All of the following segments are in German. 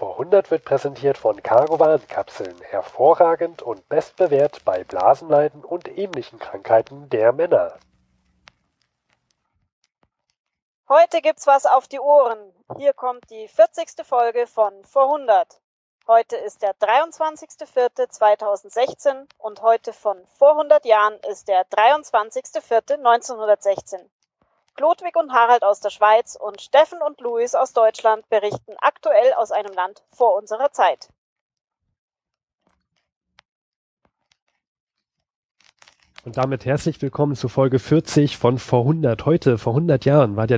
Vor 100 wird präsentiert von Cargovan-Kapseln, hervorragend und bestbewährt bei Blasenleiden und ähnlichen Krankheiten der Männer. Heute gibt's was auf die Ohren. Hier kommt die 40. Folge von Vor 100. Heute ist der 23.04.2016 und heute von vor 100 Jahren ist der 23.04.1916. Klodwig und Harald aus der Schweiz und Steffen und Luis aus Deutschland berichten aktuell aus einem Land vor unserer Zeit. Und damit herzlich willkommen zu Folge 40 von Vor 100. Heute, vor 100 Jahren, war der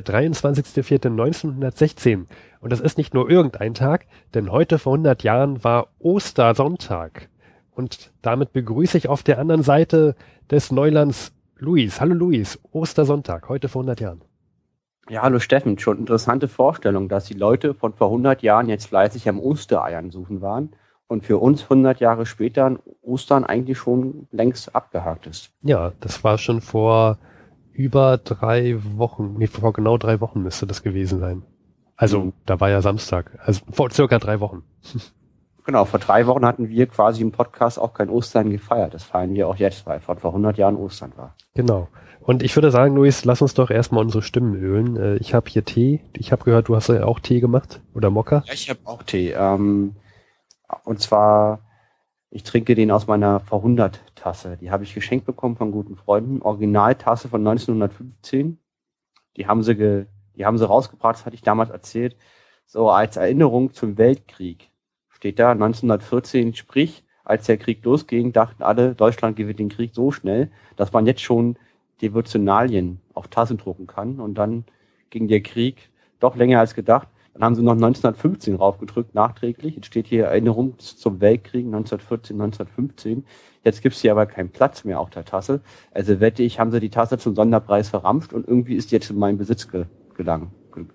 23.04.1916. Und das ist nicht nur irgendein Tag, denn heute vor 100 Jahren war Ostersonntag. Und damit begrüße ich auf der anderen Seite des Neulands Luis. Hallo Luis, Ostersonntag, heute vor 100 Jahren. Ja, hallo Steffen, schon interessante Vorstellung, dass die Leute von vor 100 Jahren jetzt fleißig am Ostereiern suchen waren und für uns 100 Jahre später Ostern eigentlich schon längst abgehakt ist. Ja, das war schon vor über 3 Wochen, vor genau 3 Wochen müsste das gewesen sein. Also, da war ja Samstag, also vor circa 3 Wochen. Genau, vor 3 Wochen hatten wir quasi im Podcast auch kein Ostern gefeiert. Das feiern wir auch jetzt, weil vor 100 Jahren Ostern war. Genau. Und ich würde sagen, Luis, lass uns doch erstmal unsere Stimmen ölen. Ich habe hier Tee. Ich habe gehört, du hast ja auch Tee gemacht oder Mokka. Ja, ich habe auch Tee. Und zwar, ich trinke den aus meiner vor 100 Tasse. Die habe ich geschenkt bekommen von guten Freunden. Originaltasse von 1915. Die haben sie rausgebracht, das hatte ich damals erzählt, so als Erinnerung zum Weltkrieg. Steht da 1914, sprich, als der Krieg losging, dachten alle, Deutschland gewinnt den Krieg so schnell, dass man jetzt schon Devotionalien auf Tassen drucken kann. Und dann ging der Krieg doch länger als gedacht. Dann haben sie noch 1915 raufgedrückt, nachträglich. Jetzt steht hier Erinnerung zum Weltkrieg 1914, 1915. Jetzt gibt es hier aber keinen Platz mehr auf der Tasse. Also wette ich, haben sie die Tasse zum Sonderpreis verramscht und irgendwie ist die jetzt in meinen Besitz gelangt.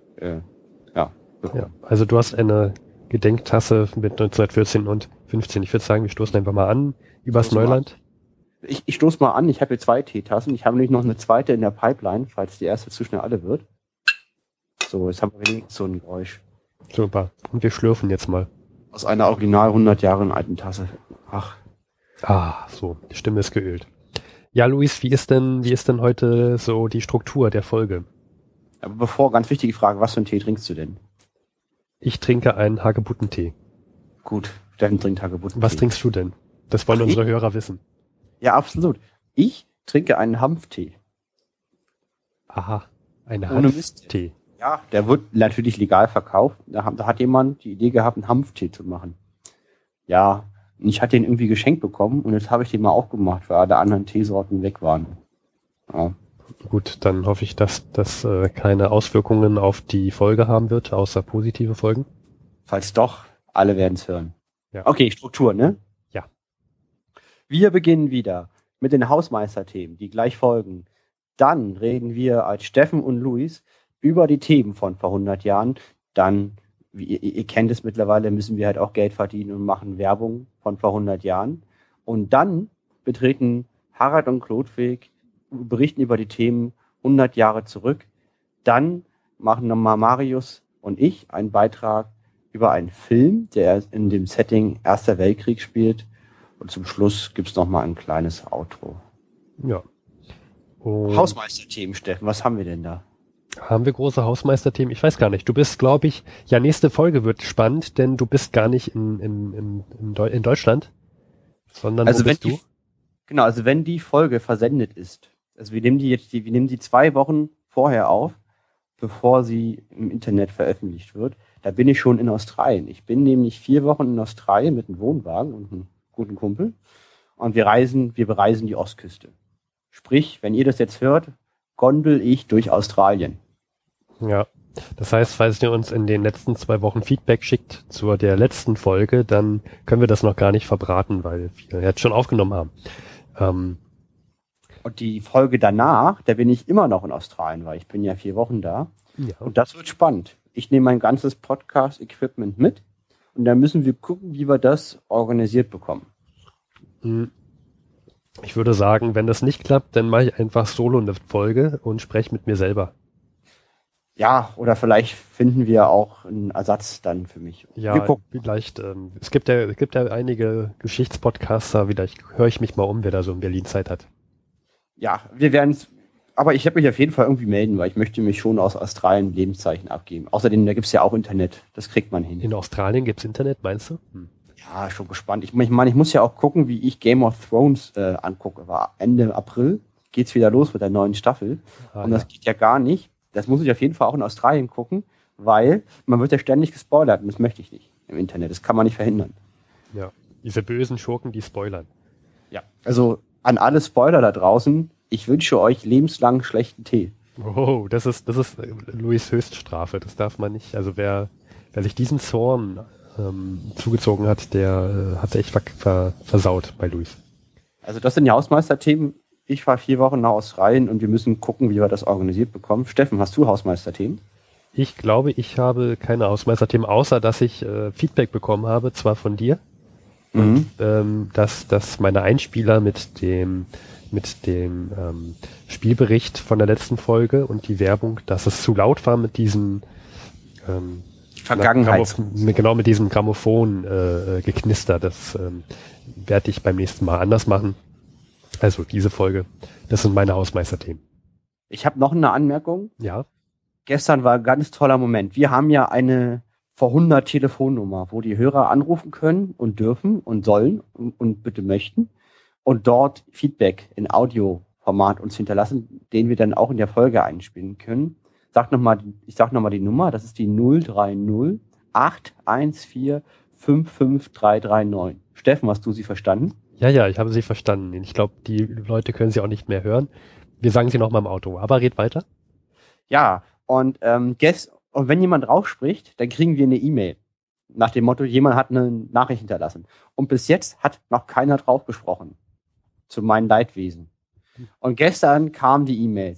Ja, also du hast eine Gedenktasse mit 1914 und 15. Ich würde sagen, wir stoßen einfach mal an übers Neuland. Ich stoße mal an, ich habe hier 2 Teetassen. Ich habe nämlich noch eine zweite in der Pipeline, falls die erste zu schnell alle wird. So, jetzt haben wir wenigstens so ein Geräusch. Super. Und wir schlürfen jetzt mal. Aus einer original 100 Jahre alten Tasse. Ach. Ah, so. Die Stimme ist geölt. Ja, Luis, wie ist denn heute so die Struktur der Folge? Aber bevor, ganz wichtige Frage, was für einen Tee trinkst du denn? Ich trinke einen Hagebuttentee. Gut, Steffen trinkt Hagebuttentee. Was trinkst du denn? Das wollen unsere Hörer wissen. Ja, absolut. Ich trinke einen Hanftee. Aha, einen Hanftee. Ja, der wird natürlich legal verkauft. Da hat jemand die Idee gehabt, einen Hanftee zu machen. Ja, und ich hatte den irgendwie geschenkt bekommen und jetzt habe ich den mal aufgemacht, weil alle anderen Teesorten weg waren. Ja. Gut, dann hoffe ich, dass das keine Auswirkungen auf die Folge haben wird, außer positive Folgen. Falls doch, alle werden es hören. Ja. Okay, Struktur, ne? Ja. Wir beginnen wieder mit den Hausmeisterthemen, die gleich folgen. Dann reden wir als Steffen und Luis über die Themen von vor 100 Jahren. Dann, wie ihr kennt es mittlerweile, müssen wir halt auch Geld verdienen und machen Werbung von vor 100 Jahren. Und dann betreten Harald und Klodwig, berichten über die Themen 100 Jahre zurück. Dann machen nochmal Marius und ich einen Beitrag über einen Film, der in dem Setting Erster Weltkrieg spielt. Und zum Schluss gibt's nochmal ein kleines Outro. Ja. Hausmeisterthemen, Steffen, was haben wir denn da? Haben wir große Hausmeisterthemen? Ich weiß gar nicht. Du bist, glaube ich, ja, nächste Folge wird spannend, denn du bist gar nicht in Deutschland, sondern also wo bist du? Genau, also wenn die Folge versendet ist, also wir nehmen die 2 Wochen vorher auf, bevor sie im Internet veröffentlicht wird, da bin ich schon in Australien. Ich bin nämlich 4 Wochen in Australien mit einem Wohnwagen und einem guten Kumpel und wir bereisen die Ostküste. Sprich, wenn ihr das jetzt hört, gondel ich durch Australien. Ja, das heißt, falls ihr uns in den letzten 2 Wochen Feedback schickt zu der letzten Folge, dann können wir das noch gar nicht verbraten, weil wir jetzt schon aufgenommen haben. Und die Folge danach, da bin ich immer noch in Australien, weil ich bin ja 4 Wochen da. Ja. Und das wird spannend. Ich nehme mein ganzes Podcast-Equipment mit und dann müssen wir gucken, wie wir das organisiert bekommen. Ich würde sagen, wenn das nicht klappt, dann mache ich einfach solo eine Folge und spreche mit mir selber. Ja, oder vielleicht finden wir auch einen Ersatz dann für mich. Wir Ja, gucken. vielleicht, es gibt ja einige Geschichtspodcaster, vielleicht höre ich mich mal um, wer da so in Berlin Zeit hat. Ja, wir werden es. Aber ich werde mich auf jeden Fall irgendwie melden, weil ich möchte mich schon aus Australien Lebenszeichen abgeben. Außerdem, da gibt es ja auch Internet. Das kriegt man hin. In Australien gibt's Internet, meinst du? Ja, schon gespannt. Ich meine, ich muss ja auch gucken, wie ich Game of Thrones angucke. War Ende April geht's wieder los mit der neuen Staffel. Und das geht ja gar nicht. Das muss ich auf jeden Fall auch in Australien gucken, weil man wird ja ständig gespoilert und das möchte ich nicht im Internet. Das kann man nicht verhindern. Ja, diese bösen Schurken, die spoilern. Ja. Also an alle Spoiler da draußen, ich wünsche euch lebenslang schlechten Tee. Oh, das ist Louis Höchststrafe. Das darf man nicht. Also wer sich diesen Zorn zugezogen hat, der hat echt versaut bei Louis. Also das sind die Hausmeisterthemen. Ich fahre 4 Wochen nach Australien und wir müssen gucken, wie wir das organisiert bekommen. Steffen, hast du Hausmeisterthemen? Ich glaube, ich habe keine Hausmeisterthemen, außer dass ich Feedback bekommen habe, zwar von dir, und dass meine Einspieler mit dem Spielbericht von der letzten Folge und die Werbung, dass es zu laut war mit diesen Vergangenheit. Genau mit diesem Grammophon-Geknister. Das werde ich beim nächsten Mal anders machen. Also diese Folge, das sind meine Hausmeisterthemen. Ich habe noch eine Anmerkung. Ja. Gestern war ein ganz toller Moment. Wir haben ja eine vor 100 Telefonnummer, wo die Hörer anrufen können und dürfen und sollen und bitte möchten und dort Feedback in Audioformat uns hinterlassen, den wir dann auch in der Folge einspielen können. Ich sag nochmal die Nummer, das ist die 030 814 55339. Steffen, hast du sie verstanden? Ja, ich habe sie verstanden. Ich glaube, die Leute können sie auch nicht mehr hören. Wir sagen sie noch mal im Auto, aber red weiter. Ja, und wenn jemand drauf spricht, dann kriegen wir eine E-Mail. Nach dem Motto, jemand hat eine Nachricht hinterlassen. Und bis jetzt hat noch keiner drauf gesprochen. Zu meinem Leidwesen. Und gestern kam die E-Mail.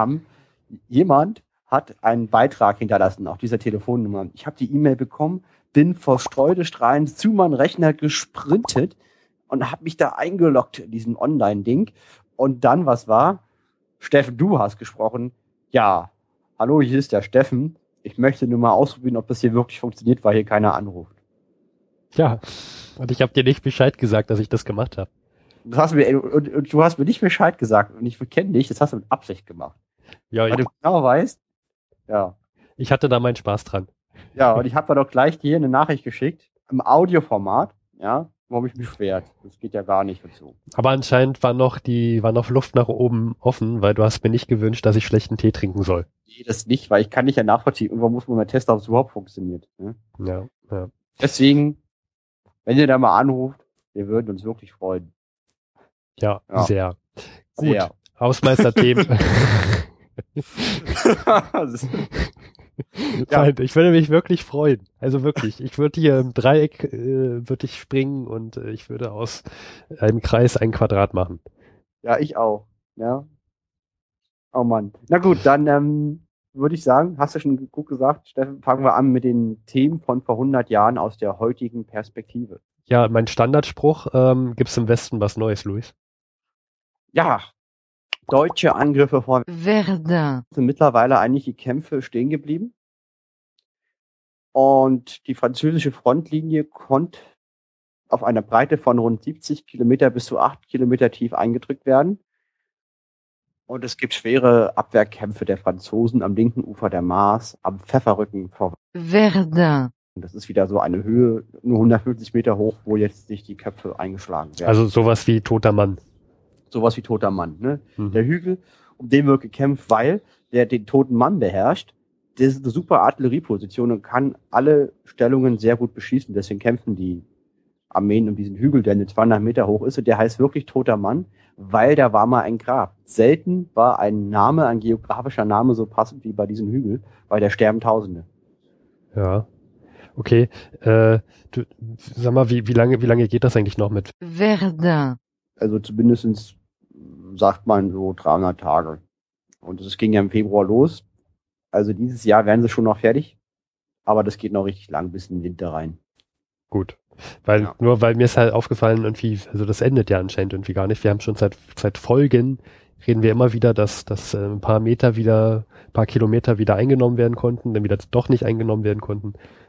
Jemand hat einen Beitrag hinterlassen auf dieser Telefonnummer. Ich habe die E-Mail bekommen, bin vor Freudestrahlen zu meinem Rechner gesprintet und habe mich da eingeloggt in diesem Online-Ding. Und dann, was war? Steffen, du hast gesprochen. Ja, hallo, hier ist der Steffen. Ich möchte nur mal ausprobieren, ob das hier wirklich funktioniert, weil hier keiner anruft. Ja, und ich habe dir nicht Bescheid gesagt, dass ich das gemacht habe. Du hast mir nicht Bescheid gesagt und ich kenne dich, das hast du mit Absicht gemacht. Ja, weil du genau weißt, ja. Ich hatte da meinen Spaß dran. Ja, und ich habe da doch gleich dir eine Nachricht geschickt, im Audioformat, ja, wo mich beschwert. Das geht ja gar nicht und so. Aber anscheinend war noch Luft nach oben offen, weil du hast mir nicht gewünscht, dass ich schlechten Tee trinken soll. Nee, das nicht, weil ich kann nicht ja nachvollziehen. Irgendwann muss man mal testen, ob es überhaupt funktioniert. Ne? Ja. Deswegen, wenn ihr da mal anruft, wir würden uns wirklich freuen. Ja. Sehr. Gut, sehr. Hausmeisterthemen. Ja. Ich würde mich wirklich freuen. Also wirklich. Ich würde hier im Dreieck würde ich springen und ich würde aus einem Kreis ein Quadrat machen. Ja, ich auch. Ja. Oh Mann. Na gut, dann würde ich sagen, hast du schon gut gesagt, Steffen, fangen wir an mit den Themen von vor 100 Jahren aus der heutigen Perspektive. Ja, mein Standardspruch, gibt's im Westen was Neues, Luis? Ja, deutsche Angriffe vor Verdun. Sind mittlerweile eigentlich die Kämpfe stehen geblieben. Und die französische Frontlinie konnte auf einer Breite von rund 70 Kilometer bis zu 8 Kilometer tief eingedrückt werden. Und es gibt schwere Abwehrkämpfe der Franzosen am linken Ufer der Maas, am Pfefferrücken vor Verdun. Und das ist wieder so eine Höhe, nur 150 Meter hoch, wo jetzt sich die Köpfe eingeschlagen werden. Also sowas wie toter Mann. Sowas wie toter Mann, ne? Der Hügel, um den wird gekämpft, weil der den toten Mann beherrscht. Das ist eine super Artillerieposition und kann alle Stellungen sehr gut beschießen. Deswegen kämpfen die Armeen um diesen Hügel, der eine 200 Meter hoch ist. Und der heißt wirklich toter Mann, weil da war mal ein Grab. Selten war ein geografischer Name so passend wie bei diesem Hügel, weil da sterben Tausende. Ja. Okay. Sag mal, wie lange geht das eigentlich noch mit? Verdun. Also zumindest sagt man so 300 Tage. Und es ging ja im Februar los. Also dieses Jahr werden sie schon noch fertig. Aber das geht noch richtig lang bis in den Winter rein. Gut. Nur weil mir ist halt aufgefallen, irgendwie, also das endet ja anscheinend irgendwie gar nicht. Wir haben schon seit Folgen reden wir immer wieder, dass ein paar Kilometer wieder eingenommen werden konnten, dann wieder doch nicht eingenommen werden konnten.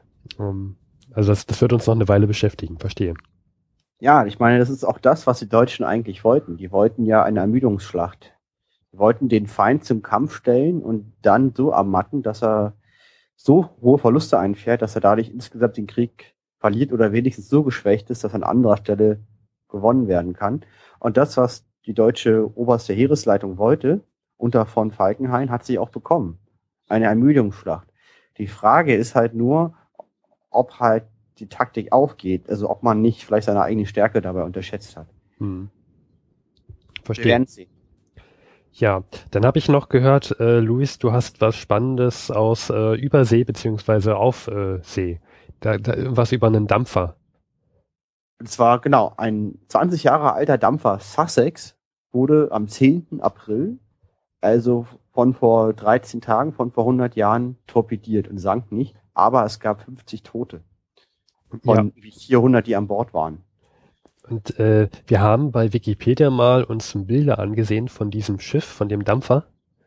Also das wird uns noch eine Weile beschäftigen, verstehe. Ja, ich meine, das ist auch das, was die Deutschen eigentlich wollten. Die wollten ja eine Ermüdungsschlacht. Die wollten den Feind zum Kampf stellen und dann so ermatten, dass er so hohe Verluste einfährt, dass er dadurch insgesamt den Krieg verliert oder wenigstens so geschwächt ist, dass an anderer Stelle gewonnen werden kann. Und das, was die deutsche oberste Heeresleitung wollte, unter von Falkenhayn, hat sie auch bekommen. Eine Ermüdungsschlacht. Die Frage ist halt nur, ob halt die Taktik aufgeht, also ob man nicht vielleicht seine eigene Stärke dabei unterschätzt hat. Verstehe. Wir werden sehen. Ja, dann habe ich noch gehört, Luis, du hast was Spannendes aus Übersee beziehungsweise auf See. Da was über einen Dampfer. Und zwar, genau, ein 20 Jahre alter Dampfer Sussex wurde am 10. April, also von vor 13 Tagen, von vor 100 Jahren torpediert und sank nicht, aber es gab 50 Tote von 400, die an Bord waren. Und wir haben bei Wikipedia mal uns Bilder angesehen von diesem Schiff, von dem Dampfer.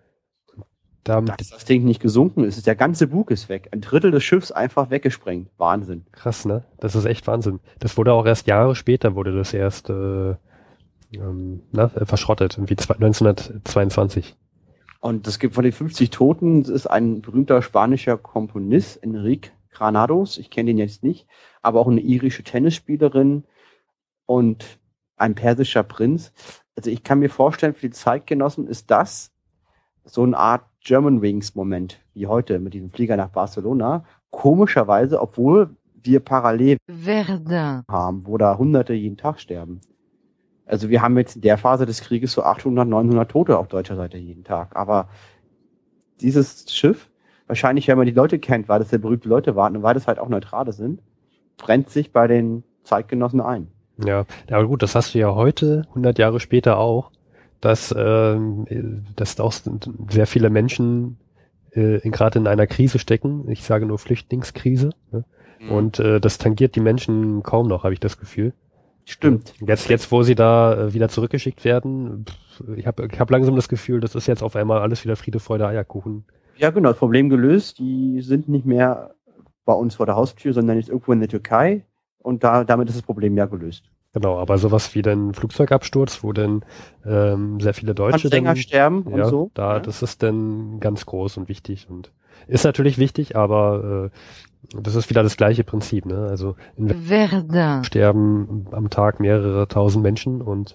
Dass das Ding nicht gesunken ist, der ganze Bug ist weg. Ein Drittel des Schiffs einfach weggesprengt. Wahnsinn. Krass, ne? Das ist echt Wahnsinn. Das wurde auch erst Jahre später, wurde das erst verschrottet, irgendwie 1922. Und es gibt von den 50 Toten, das ist ein berühmter spanischer Komponist, Enrique Granados, ich kenne den jetzt nicht, aber auch eine irische Tennisspielerin und ein persischer Prinz. Also ich kann mir vorstellen, für die Zeitgenossen ist das so eine Art German Wings Moment, wie heute mit diesem Flieger nach Barcelona. Komischerweise, obwohl wir parallel Verdun. haben, wo da Hunderte jeden Tag sterben. Also wir haben jetzt in der Phase des Krieges so 800, 900 Tote auf deutscher Seite jeden Tag. Aber dieses Schiff, wahrscheinlich, wenn man die Leute kennt, weil das sehr berühmte Leute waren und weil das halt auch Neutrale sind, brennt sich bei den Zeitgenossen ein. Ja, aber gut, das hast du ja heute, 100 Jahre später auch, dass auch sehr viele Menschen gerade in einer Krise stecken. Ich sage nur Flüchtlingskrise. Ne? Und das tangiert die Menschen kaum noch, habe ich das Gefühl. Stimmt. Jetzt, wo sie da wieder zurückgeschickt werden, ich hab langsam das Gefühl, das ist jetzt auf einmal alles wieder Friede, Freude, Eierkuchen. Ja, genau, das Problem gelöst. Die sind nicht mehr bei uns vor der Haustür, sondern jetzt irgendwo in der Türkei. Und damit ist das Problem ja gelöst. Genau, aber sowas wie den Flugzeugabsturz, wo dann sehr viele Deutsche Sänger sterben und so. Das ist dann ganz groß und wichtig und ist natürlich wichtig, aber das ist wieder das gleiche Prinzip, ne? Also in Verdun. sterben am Tag mehrere tausend Menschen und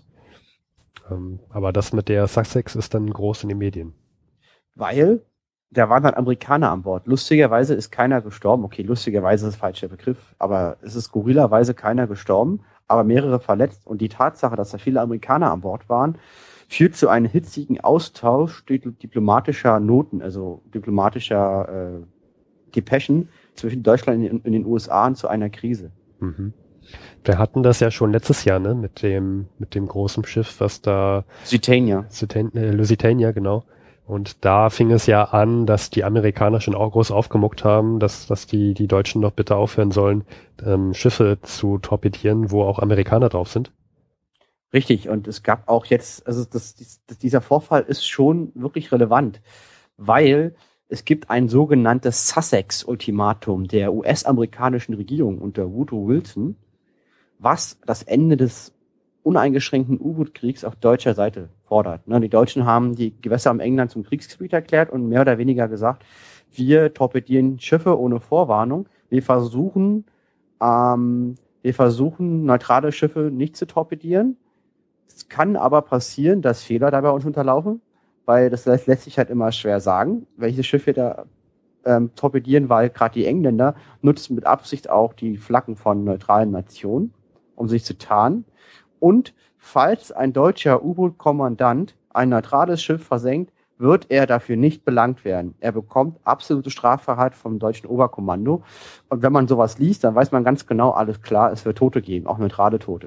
aber das mit der Sussex ist dann groß in den Medien. Weil da waren dann Amerikaner an Bord. Lustigerweise ist keiner gestorben. Okay, lustigerweise ist der falsche Begriff, aber es ist skurrilerweise keiner gestorben, aber mehrere verletzt. Und die Tatsache, dass da viele Amerikaner an Bord waren, führt zu einem hitzigen Austausch diplomatischer Noten, also diplomatischer Depeschen zwischen Deutschland und den USA und zu einer Krise. Mhm. Wir hatten das ja schon letztes Jahr, ne, mit dem großen Schiff, was da Lusitania, genau. Und da fing es ja an, dass die Amerikaner schon auch groß aufgemuckt haben, dass die Deutschen doch bitte aufhören sollen, Schiffe zu torpedieren, wo auch Amerikaner drauf sind. Richtig, und es gab auch jetzt, also dieser Vorfall ist schon wirklich relevant, weil es gibt ein sogenanntes Sussex-Ultimatum der US-amerikanischen Regierung unter Woodrow Wilson, was das Ende des uneingeschränkten U-Boot-Kriegs auf deutscher Seite fordert. Die Deutschen haben die Gewässer um England zum Kriegsgebiet erklärt und mehr oder weniger gesagt, wir torpedieren Schiffe ohne Vorwarnung. Wir versuchen neutrale Schiffe nicht zu torpedieren. Es kann aber passieren, dass Fehler dabei uns unterlaufen, weil das lässt sich halt immer schwer sagen, welches Schiff wir da torpedieren, weil gerade die Engländer nutzen mit Absicht auch die Flaggen von neutralen Nationen, um sich zu tarnen. Und falls ein deutscher U-Boot-Kommandant ein neutrales Schiff versenkt, wird er dafür nicht belangt werden. Er bekommt absolute Straffreiheit vom deutschen Oberkommando. Und wenn man sowas liest, dann weiß man ganz genau, alles klar, es wird Tote geben, auch neutrale Tote.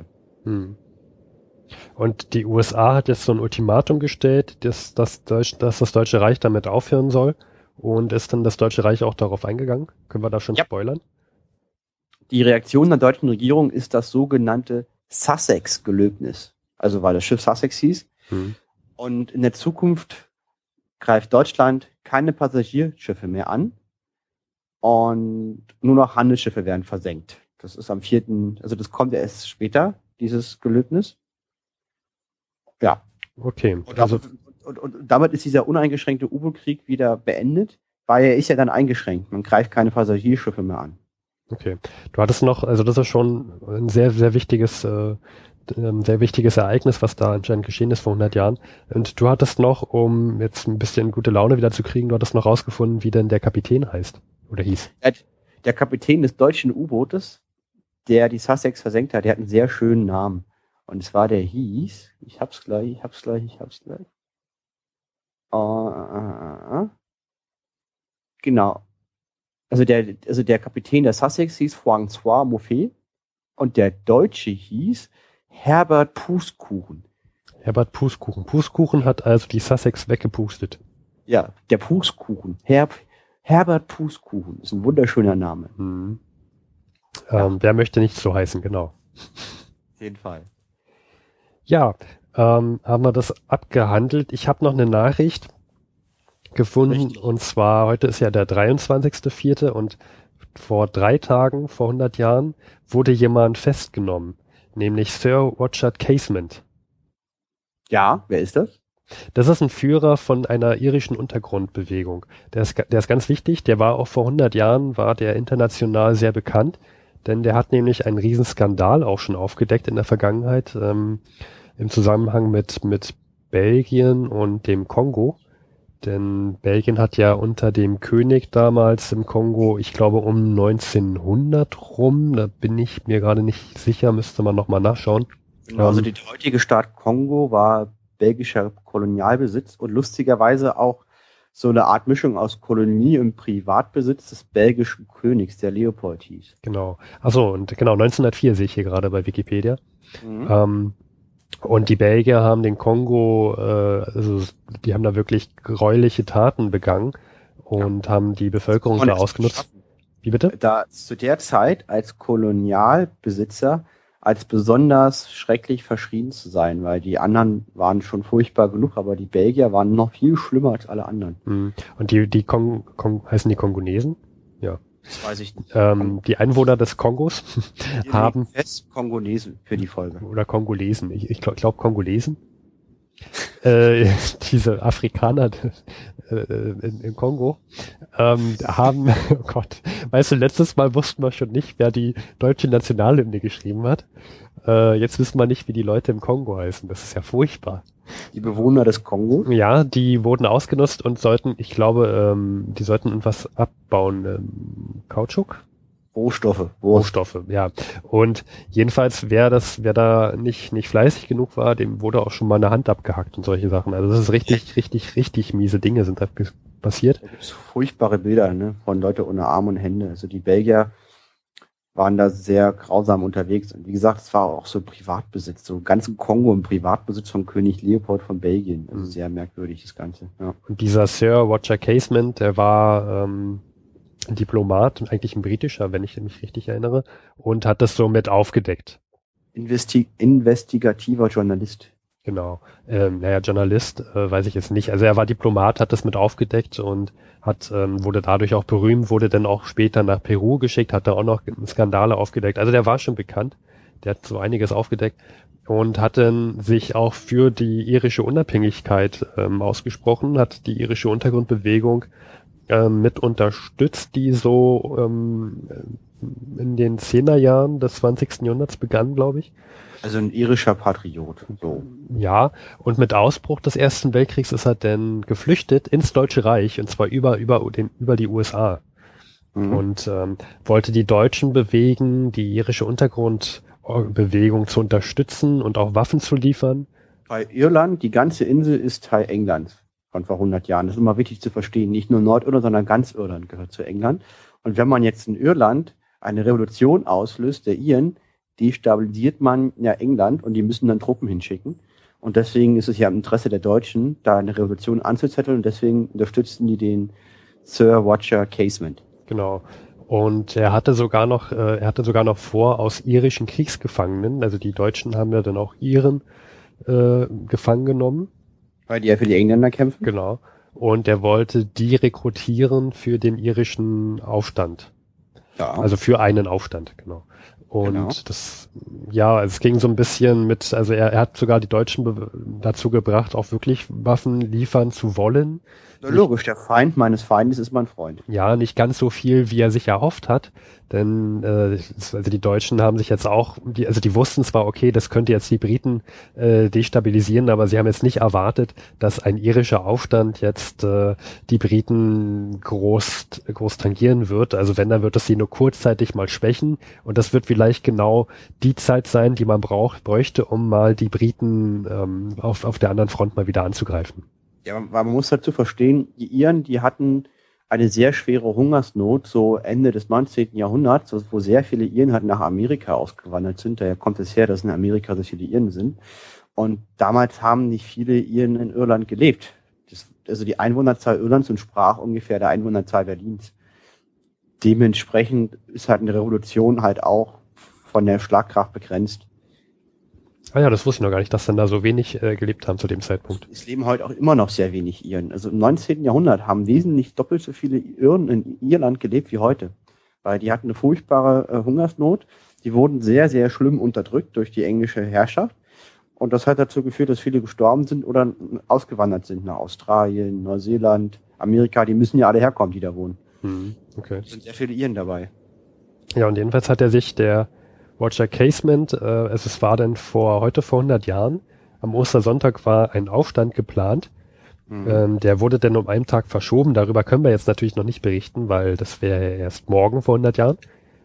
Und die USA hat jetzt so ein Ultimatum gestellt, dass das Deutsche Reich damit aufhören soll. Und ist dann das Deutsche Reich auch darauf eingegangen? Können wir da schon spoilern? Die Reaktion der deutschen Regierung ist das sogenannte Sussex-Gelöbnis. Also weil das Schiff Sussex hieß. Und in der Zukunft greift Deutschland keine Passagierschiffe mehr an und nur noch Handelsschiffe werden versenkt. Das ist am 4., also das kommt ja erst später, dieses Gelöbnis. Ja. Okay. Und damit ist dieser uneingeschränkte U-Boot-Krieg wieder beendet, weil er ist ja dann eingeschränkt. Man greift keine Passagierschiffe mehr an. Okay. Du hattest noch, also das ist schon ein sehr, sehr wichtiges Ereignis, was da anscheinend geschehen ist vor 100 Jahren. Und du hattest noch, um jetzt ein bisschen gute Laune wieder zu kriegen, du hattest noch rausgefunden, wie denn der Kapitän heißt oder hieß. Der Kapitän des deutschen U-Bootes, der die Sussex versenkt hat, der hat einen sehr schönen Namen. Und zwar der hieß, ich hab's gleich. Genau. Also der Kapitän der Sussex hieß François Moffat und der Deutsche hieß Herbert Pustekuchen. Herbert Pustekuchen. Pustekuchen hat also die Sussex weggepustet. Ja, der Pustekuchen. Herbert Pustekuchen ist ein wunderschöner Name. Mhm. Wer möchte nicht so heißen, genau. Auf jeden Fall. Ja, haben wir das abgehandelt. Ich habe noch eine Nachricht gefunden. Richtig. Und zwar, heute ist ja der 23.04. und vor 3 Tagen, vor 100 Jahren, wurde jemand festgenommen, nämlich Sir Roger Casement. Ja, wer ist das? Das ist ein Führer von einer irischen Untergrundbewegung. Der ist ganz wichtig, der war auch vor 100 Jahren, war der international sehr bekannt, denn der hat nämlich einen Riesenskandal auch schon aufgedeckt in der Vergangenheit, im Zusammenhang mit Belgien und dem Kongo. Denn Belgien hat ja unter dem König damals im Kongo, ich glaube um 1900 rum, da bin ich mir gerade nicht sicher, müsste man nochmal nachschauen. Genau, also der heutige Staat Kongo war belgischer Kolonialbesitz und lustigerweise auch so eine Art Mischung aus Kolonie und Privatbesitz des belgischen Königs, der Leopold hieß. Genau. Achso, und genau, 1904 sehe ich hier gerade bei Wikipedia. Mhm. Und die Belgier haben den Kongo, also die haben da wirklich gräuliche Taten begangen und haben die Bevölkerung da ausgenutzt. Wie bitte? Da zu der Zeit als Kolonialbesitzer als besonders schrecklich verschrien zu sein, weil die anderen waren schon furchtbar genug, aber die Belgier waren noch viel schlimmer als alle anderen. Und die heißen die Kongonesen? Ja. Das weiß ich nicht. Die Einwohner des Kongos haben fest Kongonesen für die Folge. Oder Kongolesen. Ich glaube Kongolesen. Diese Afrikaner im Kongo haben, oh Gott, weißt du, letztes Mal wussten wir schon nicht, wer die deutsche Nationalhymne geschrieben hat. Jetzt wissen wir nicht, wie die Leute im Kongo heißen. Das ist ja furchtbar. Die Bewohner des Kongo? Ja, die wurden ausgenutzt und sollten, ich glaube, die sollten irgendwas abbauen. Kautschuk? Rohstoffe, ja. Und jedenfalls, wer da nicht fleißig genug war, dem wurde auch schon mal eine Hand abgehackt und solche Sachen. Also das ist richtig miese Dinge sind da passiert. Da gibt es furchtbare Bilder, ne, von Leute ohne Arme und Hände. Also die Belgier waren da sehr grausam unterwegs. Und wie gesagt, es war auch so Privatbesitz, so ganz Kongo im Privatbesitz von König Leopold von Belgien. Also sehr merkwürdig, das Ganze. Ja. Und dieser Sir Roger Casement, der war ein Diplomat, eigentlich ein britischer, wenn ich mich richtig erinnere, und hat das so mit aufgedeckt. Investigativer Journalist. Genau. Journalist, weiß ich jetzt nicht. Also er war Diplomat, hat das mit aufgedeckt und wurde dadurch auch berühmt, wurde dann auch später nach Peru geschickt, hat da auch noch Skandale aufgedeckt. Also der war schon bekannt. Der hat so einiges aufgedeckt und hat dann sich auch für die irische Unabhängigkeit ausgesprochen, hat die irische Untergrundbewegung mit unterstützt, die so in den 10er Jahren des 20. Jahrhunderts begann, glaube ich. Also ein irischer Patriot. So. Ja, und mit Ausbruch des Ersten Weltkriegs ist er dann geflüchtet ins Deutsche Reich, und zwar über die USA. Mhm. Und wollte die Deutschen bewegen, die irische Untergrundbewegung zu unterstützen und auch Waffen zu liefern. Bei Irland, die ganze Insel ist Teil Englands von vor 100 Jahren. Das ist immer wichtig zu verstehen. Nicht nur Nordirland, sondern ganz Irland gehört zu England. Und wenn man jetzt in Irland eine Revolution auslöst, der Iren, destabilisiert man ja England und die müssen dann Truppen hinschicken. Und deswegen ist es ja im Interesse der Deutschen, da eine Revolution anzuzetteln, und deswegen unterstützen die den Sir Roger Casement. Genau. Und er hatte sogar noch vor, aus irischen Kriegsgefangenen, also die Deutschen haben ja dann auch Iren gefangen genommen, Weil die ja für die Engländer kämpfen? Genau. Und er wollte die rekrutieren für den irischen Aufstand. Ja. Also für einen Aufstand, genau. Und Genau. es ging so ein bisschen also er hat sogar die Deutschen dazu gebracht, auch wirklich Waffen liefern zu wollen. So logisch, der Feind meines Feindes ist mein Freund. Ja, nicht ganz so viel, wie er sich erhofft hat, denn also die Deutschen haben sich jetzt auch, die wussten zwar, okay, das könnte jetzt die Briten destabilisieren, aber sie haben jetzt nicht erwartet, dass ein irischer Aufstand jetzt die Briten groß tangieren wird. Also wenn, dann wird es sie nur kurzzeitig mal schwächen und das wird vielleicht genau die Zeit sein, die man bräuchte, um mal die Briten auf der anderen Front mal wieder anzugreifen. Ja, weil man muss dazu verstehen, die Iren, die hatten eine sehr schwere Hungersnot, so Ende des 19. Jahrhunderts, wo sehr viele Iren halt nach Amerika ausgewandert sind. Daher kommt es her, dass in Amerika so viele Iren sind. Und damals haben nicht viele Iren in Irland gelebt. Also die Einwohnerzahl Irlands entsprach ungefähr der Einwohnerzahl Berlins. Dementsprechend ist halt eine Revolution halt auch von der Schlagkraft begrenzt. Ah ja, das wusste ich noch gar nicht, dass dann da so wenig gelebt haben zu dem Zeitpunkt. Es leben heute auch immer noch sehr wenig Iren. Also im 19. Jahrhundert haben wesentlich doppelt so viele Iren in Irland gelebt wie heute. Weil die hatten eine furchtbare Hungersnot. Die wurden sehr, sehr schlimm unterdrückt durch die englische Herrschaft. Und das hat dazu geführt, dass viele gestorben sind oder ausgewandert sind nach Australien, Neuseeland, Amerika. Die müssen ja alle herkommen, die da wohnen. Okay. Es sind sehr viele Iren dabei. Ja, und jedenfalls hat er sich der Roger Casement, es war dann vor 100 Jahren, am Ostersonntag war ein Aufstand geplant. Der wurde dann um einen Tag verschoben. Darüber können wir jetzt natürlich noch nicht berichten, weil das wäre ja erst morgen vor 100 Jahren.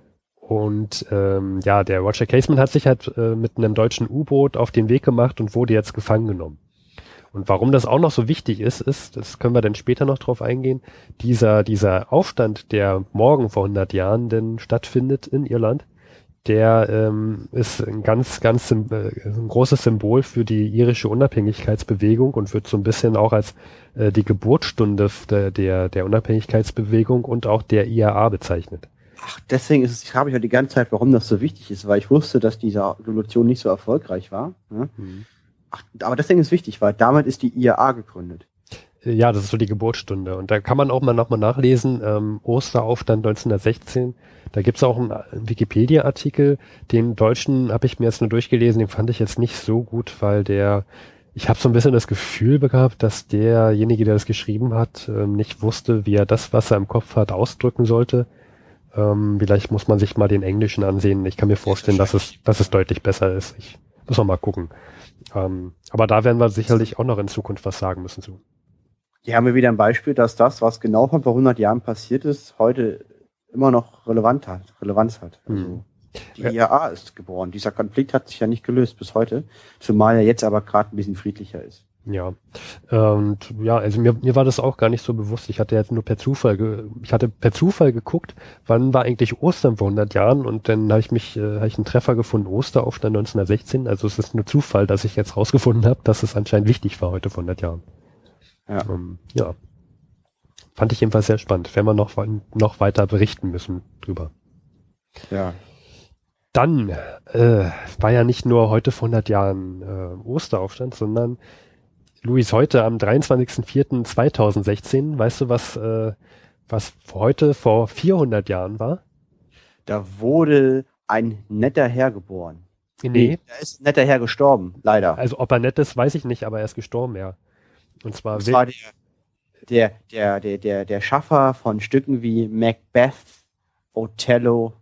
Und der Roger Casement hat sich halt mit einem deutschen U-Boot auf den Weg gemacht und wurde jetzt gefangen genommen. Und warum das auch noch so wichtig ist, das können wir dann später noch drauf eingehen, dieser Aufstand, der morgen vor 100 Jahren denn stattfindet in Irland, der ist ein ein großes Symbol für die irische Unabhängigkeitsbewegung und wird so ein bisschen auch als die Geburtsstunde der Unabhängigkeitsbewegung und auch der IRA bezeichnet. Ach, deswegen habe ich ja die ganze Zeit, warum das so wichtig ist, weil ich wusste, dass diese Revolution nicht so erfolgreich war. Ne? Ach, aber deswegen ist es wichtig, weil damit ist die IRA gegründet. Ja, das ist so die Geburtsstunde. Und da kann man auch mal nochmal nachlesen, Osteraufstand 1916. Da gibt's auch einen Wikipedia-Artikel. Den deutschen habe ich mir jetzt nur durchgelesen, den fand ich jetzt nicht so gut, weil ich habe so ein bisschen das Gefühl gehabt, dass derjenige, der das geschrieben hat, nicht wusste, wie er das, was er im Kopf hat, ausdrücken sollte. Vielleicht muss man sich mal den Englischen ansehen. Ich kann mir vorstellen, dass es deutlich besser ist. Ich muss noch mal gucken. Aber da werden wir sicherlich auch noch in Zukunft was sagen müssen zu. Hier haben wir wieder ein Beispiel, dass das, was genau vor 100 Jahren passiert ist, heute immer noch Relevanz hat. Also die IRA ist geboren. Dieser Konflikt hat sich ja nicht gelöst bis heute, zumal er jetzt aber gerade ein bisschen friedlicher ist. Ja, und ja, also mir war das auch gar nicht so bewusst. Ich hatte jetzt nur per Zufall geguckt, wann war eigentlich Ostern vor 100 Jahren und dann habe ich einen Treffer gefunden, Osteraufstand 1916. Also es ist nur Zufall, dass ich jetzt rausgefunden habe, dass es anscheinend wichtig war heute vor 100 Jahren. Ja. Fand ich jedenfalls sehr spannend. Werden wir noch weiter berichten müssen drüber. Ja. Dann war ja nicht nur heute vor 100 Jahren Osteraufstand, sondern Luis, heute am 23.04.2016, weißt du, was heute vor 400 Jahren war? Da wurde ein netter Herr geboren. Nee. Da ist ein netter Herr gestorben, leider. Also ob er nett ist, weiß ich nicht, aber er ist gestorben, ja. Und zwar der Schaffer von Stücken wie Macbeth, Othello,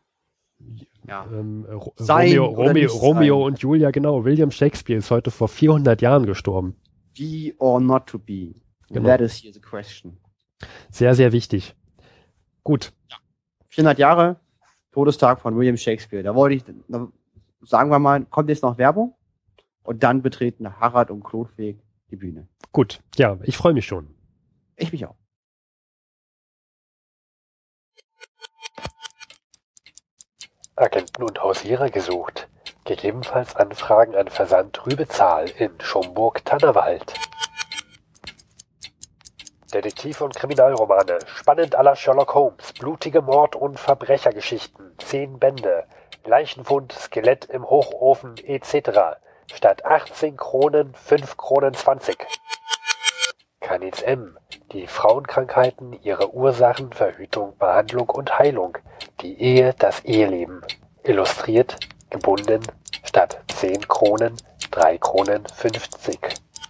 Romeo und Julia, genau. William Shakespeare ist heute vor 400 Jahren gestorben. Be or not to be. Genau. That is here the question. Sehr, sehr wichtig. Gut. 400 Jahre, Todestag von William Shakespeare. Sagen wir mal, kommt jetzt noch Werbung und dann betreten Harald und Klotwig die Bühne. Gut, ja, ich freue mich schon. Ich mich auch. Agenten und Hausierer gesucht. Gegebenenfalls Anfragen an Versand Rübezahl in Schomburg-Tannerwald. Detektiv- und Kriminalromane, spannend à la Sherlock Holmes, blutige Mord- und Verbrechergeschichten, 10 Bände, Leichenfund, Skelett im Hochofen etc. Statt 18 Kronen 5 Kronen 20. Canis M. Die Frauenkrankheiten, ihre Ursachen, Verhütung, Behandlung und Heilung. Die Ehe, das Eheleben. Illustriert, gebunden, statt 10 Kronen 3 Kronen 50.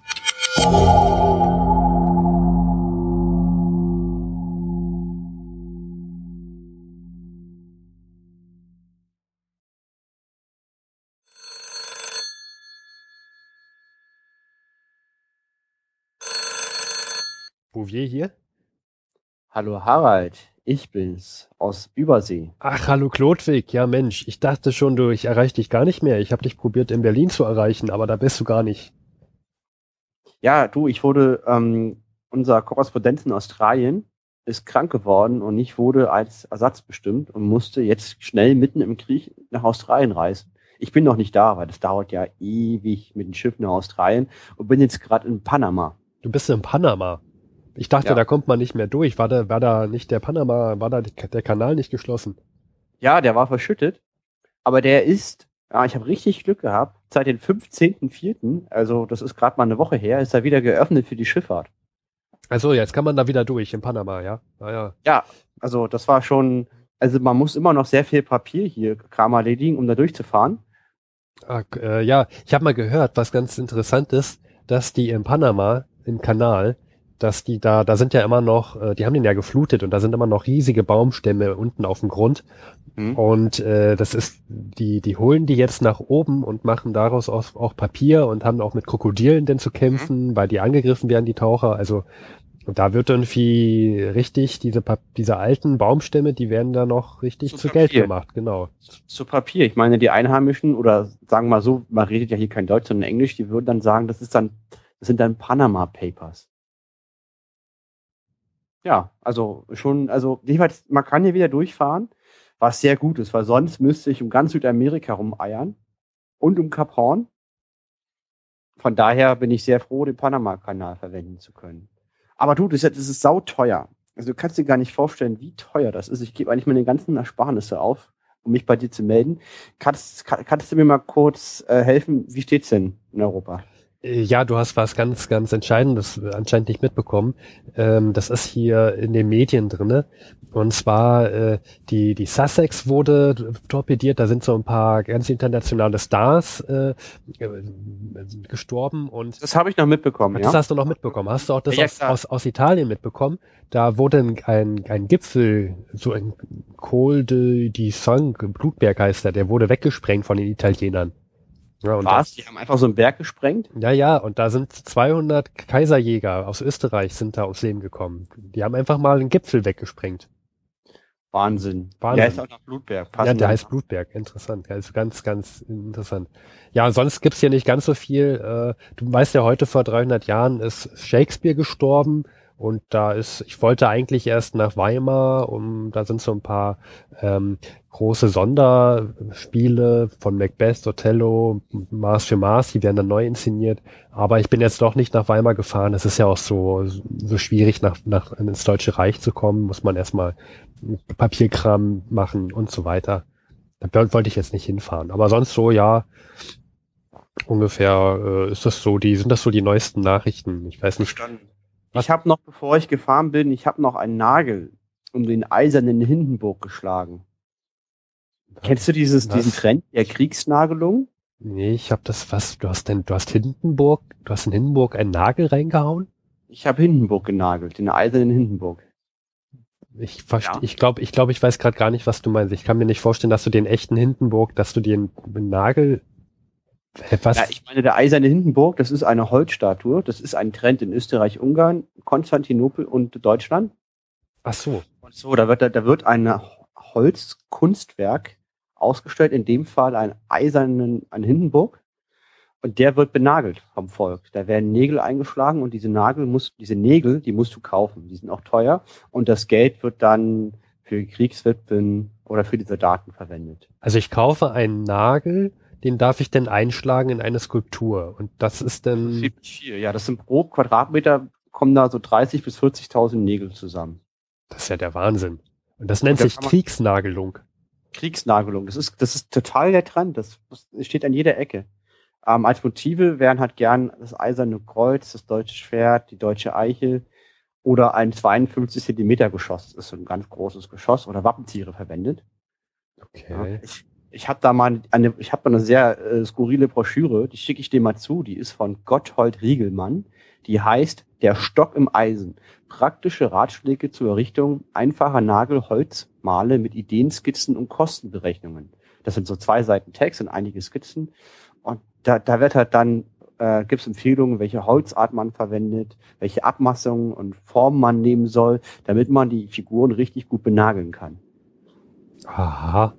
Bouvier hier? Hallo Harald, ich bin's aus Übersee. Ach, hallo Klodwig. Ja Mensch, ich dachte schon, ich erreiche dich gar nicht mehr. Ich habe dich probiert in Berlin zu erreichen, aber da bist du gar nicht. Ja, du, unser Korrespondent in Australien ist krank geworden und ich wurde als Ersatz bestimmt und musste jetzt schnell mitten im Krieg nach Australien reisen. Ich bin noch nicht da, weil das dauert ja ewig mit dem Schiff nach Australien und bin jetzt gerade in Panama. Du bist in Panama. Ich dachte, Ja. da kommt man nicht mehr durch. War da nicht der der Kanal nicht geschlossen? Ja, der war verschüttet, aber ich habe richtig Glück gehabt. Seit dem 15.04., also das ist gerade mal eine Woche her, ist er wieder geöffnet für die Schifffahrt. Also jetzt kann man da wieder durch in Panama, ja? Ja. Ja, also das war schon, also man muss immer noch sehr viel Papier hier Kram erledigen, um da durchzufahren. Ja, ich habe mal gehört, was ganz interessant ist, dass die in Panama, im Kanal, dass da sind ja immer noch, die haben den ja geflutet und da sind immer noch riesige Baumstämme unten auf dem Grund. Und das ist, die holen die jetzt nach oben und machen daraus auch Papier und haben auch mit Krokodilen denn zu kämpfen, weil die angegriffen werden, die Taucher. Also und da wird irgendwie richtig, diese alten Baumstämme, die werden da noch richtig zu Geld gemacht, genau. Zu Papier. Ich meine, die Einheimischen, oder sagen wir mal so, man redet ja hier kein Deutsch, sondern Englisch, die würden dann sagen, das sind dann Panama Papers. Ja, also jedenfalls, man kann hier wieder durchfahren, was sehr gut ist, weil sonst müsste ich um ganz Südamerika rumeiern und um Kap Horn. Von daher bin ich sehr froh, den Panama-Kanal verwenden zu können. Aber du, das ist sauteuer. Also du kannst dir gar nicht vorstellen, wie teuer das ist. Ich gebe eigentlich meine ganzen Ersparnisse auf, um mich bei dir zu melden. Kannst du mir mal kurz helfen, wie steht's denn in Europa? Ja, du hast was ganz, ganz Entscheidendes anscheinend nicht mitbekommen. Das ist hier in den Medien drinne. Und zwar die Sussex wurde torpediert. Da sind so ein paar ganz internationale Stars gestorben. Und das habe ich noch mitbekommen. Das ja? hast du noch mitbekommen. Hast du auch das Ja, aus Italien mitbekommen? Da wurde ein Gipfel, so ein Col di Sang, Blutberg heißt der wurde weggesprengt von den Italienern. Ja, und was? Die haben einfach so einen Berg gesprengt? Ja, und da sind 200 Kaiserjäger aus Österreich sind da ums Leben gekommen. Die haben einfach mal einen Gipfel weggesprengt. Wahnsinn. Der heißt auch noch Blutberg. Ja, der heißt Blutberg. Interessant. Ja, also ganz, ganz interessant. Ja, sonst gibt's hier nicht ganz so viel. Du weißt ja, heute vor 300 Jahren ist Shakespeare gestorben. Und ich wollte eigentlich erst nach Weimar, da sind so ein paar große Sonderspiele von Macbeth, Othello, Mars für Mars, die werden dann neu inszeniert. Aber ich bin jetzt doch nicht nach Weimar gefahren. Es ist ja auch so schwierig, ins Deutsche Reich zu kommen, muss man erstmal Papierkram machen und so weiter. Da wollte ich jetzt nicht hinfahren. Aber sonst so, ja, ungefähr sind das so die neuesten Nachrichten. Ich weiß nicht. Verstanden. Ich habe noch, bevor ich gefahren bin, einen Nagel um den eisernen Hindenburg geschlagen. Kennst du diesen Trend der Kriegsnagelung? Nee, ich habe du hast in Hindenburg einen Nagel reingehauen? Ich habe Hindenburg genagelt, den eisernen Hindenburg. Ich glaube, ich weiß gerade gar nicht, was du meinst. Ich kann mir nicht vorstellen, dass du den echten Hindenburg, dass du den Nagel. Was? Ja, ich meine, der eiserne Hindenburg, das ist eine Holzstatue. Das ist ein Trend in Österreich, Ungarn, Konstantinopel und Deutschland. Ach so. Und so, da wird ein Holzkunstwerk ausgestellt, in dem Fall ein Hindenburg. Und der wird benagelt vom Volk. Da werden Nägel eingeschlagen und diese Nägel, die musst du kaufen. Die sind auch teuer. Und das Geld wird dann für Kriegswitwen oder für die Soldaten verwendet. Also ich kaufe einen Nagel, den darf ich denn einschlagen in eine Skulptur. Und das ist dann... Das ist ziemlich viel. Ja, das sind pro Quadratmeter, kommen da so 30.000 bis 40.000 Nägel zusammen. Das ist ja der Wahnsinn. Und das nennt sich Kriegsnagelung. Kriegsnagelung. Das ist total der Trend. Das steht an jeder Ecke. Als Motive wären halt gern das Eiserne Kreuz, das Deutsche Schwert, die Deutsche Eichel oder ein 52 Zentimeter Geschoss. Das ist so ein ganz großes Geschoss oder Wappentiere verwendet. Ja, Okay. ich habe da mal eine sehr skurrile Broschüre, die schicke ich dir mal zu, die ist von Gotthold Riegelmann, die heißt Der Stock im Eisen. Praktische Ratschläge zur Errichtung einfacher Nagelholzmale mit Ideenskizzen und Kostenberechnungen. Das sind so 2 Seiten Text und einige Skizzen. Und da wird halt dann, gibt es Empfehlungen, welche Holzart man verwendet, welche Abmassungen und Formen man nehmen soll, damit man die Figuren richtig gut benageln kann. Aha.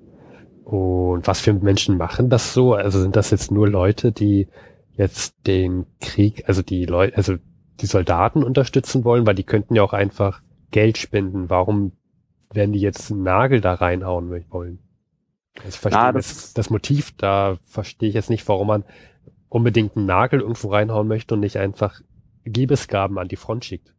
Und was für Menschen machen das so? Also sind das jetzt nur Leute, die jetzt den Krieg, also die Leute, also die Soldaten unterstützen wollen, weil die könnten ja auch einfach Geld spenden. Warum werden die jetzt einen Nagel da reinhauen wollen? Also ich verstehe das Motiv, da verstehe ich jetzt nicht, warum man unbedingt einen Nagel irgendwo reinhauen möchte und nicht einfach Liebesgaben an die Front schickt.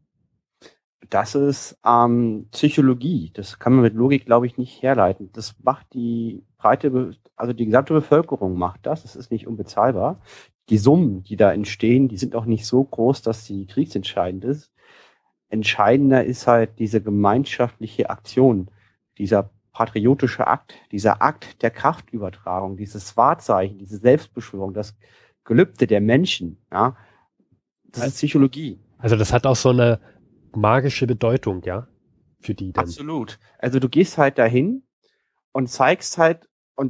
Das ist Psychologie. Das kann man mit Logik, glaube ich, nicht herleiten. Das macht die also die gesamte Bevölkerung macht das. Das ist nicht unbezahlbar. Die Summen, die da entstehen, die sind auch nicht so groß, dass sie kriegsentscheidend ist. Entscheidender ist halt diese gemeinschaftliche Aktion, dieser patriotische Akt, dieser Akt der Kraftübertragung, dieses Wahrzeichen, diese Selbstbeschwörung, das Gelübde der Menschen. Ja, das ist Psychologie. Also das hat auch so eine magische Bedeutung, ja, für die dann. Absolut. Also du gehst halt dahin und zeigst halt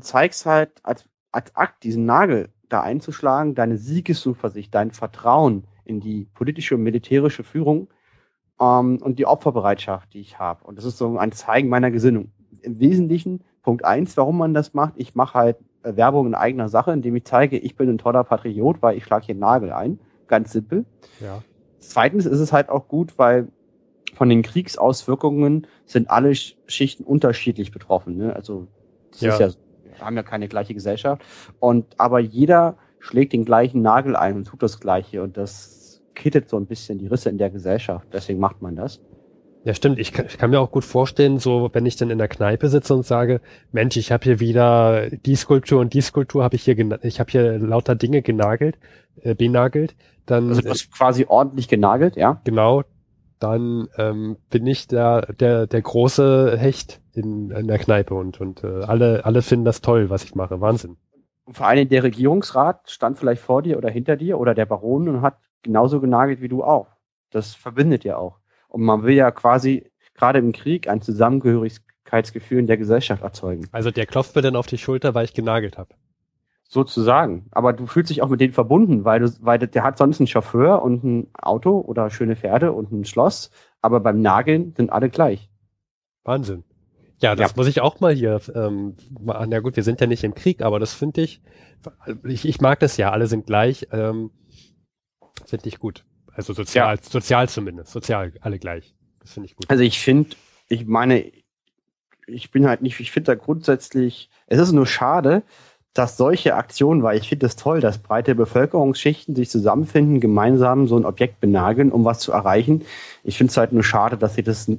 als Akt diesen Nagel da einzuschlagen, deine Siegeszuversicht, dein Vertrauen in die politische und militärische Führung und die Opferbereitschaft, die ich habe. Und das ist so ein Zeigen meiner Gesinnung. Im Wesentlichen, Punkt 1, warum man das macht, ich mache halt Werbung in eigener Sache, indem ich zeige, ich bin ein toller Patriot, weil ich schlage hier einen Nagel ein. Ganz simpel. Ja. Zweitens ist es halt auch gut, weil von den Kriegsauswirkungen sind alle Schichten unterschiedlich betroffen. Ne? Also das ist ja, wir haben ja keine gleiche Gesellschaft. Aber jeder schlägt den gleichen Nagel ein und tut das Gleiche. Und das kittet so ein bisschen die Risse in der Gesellschaft. Deswegen macht man das. Ja, stimmt. Ich kann mir auch gut vorstellen, so wenn ich dann in der Kneipe sitze und sage, Mensch, ich habe hier wieder die Skulptur und die Skulptur ich habe hier lauter Dinge benagelt, dann Also du hast quasi ordentlich genagelt, ja? Genau, dann bin ich der große Hecht in der Kneipe und alle finden das toll, was ich mache. Wahnsinn. Und vor allem der Regierungsrat stand vielleicht vor dir oder hinter dir oder der Baron und hat genauso genagelt wie du auch. Das verbindet ja auch. Und man will ja quasi gerade im Krieg ein Zusammengehörigkeitsgefühl in der Gesellschaft erzeugen. Also der klopft mir dann auf die Schulter, weil ich genagelt habe. Sozusagen. Aber du fühlst dich auch mit denen verbunden, weil der hat sonst einen Chauffeur und ein Auto oder schöne Pferde und ein Schloss. Aber beim Nageln sind alle gleich. Wahnsinn. Ja, das muss ich auch mal hier machen. Ja gut, wir sind ja nicht im Krieg, aber das finde ich mag das ja, alle sind gleich. Finde ich gut. Also sozial zumindest. Sozial, alle gleich. Das finde ich gut. Also ich finde da grundsätzlich, es ist nur schade, dass solche Aktionen, weil ich finde es toll, dass breite Bevölkerungsschichten sich zusammenfinden, gemeinsam so ein Objekt benageln, um was zu erreichen. Ich finde es halt nur schade, dass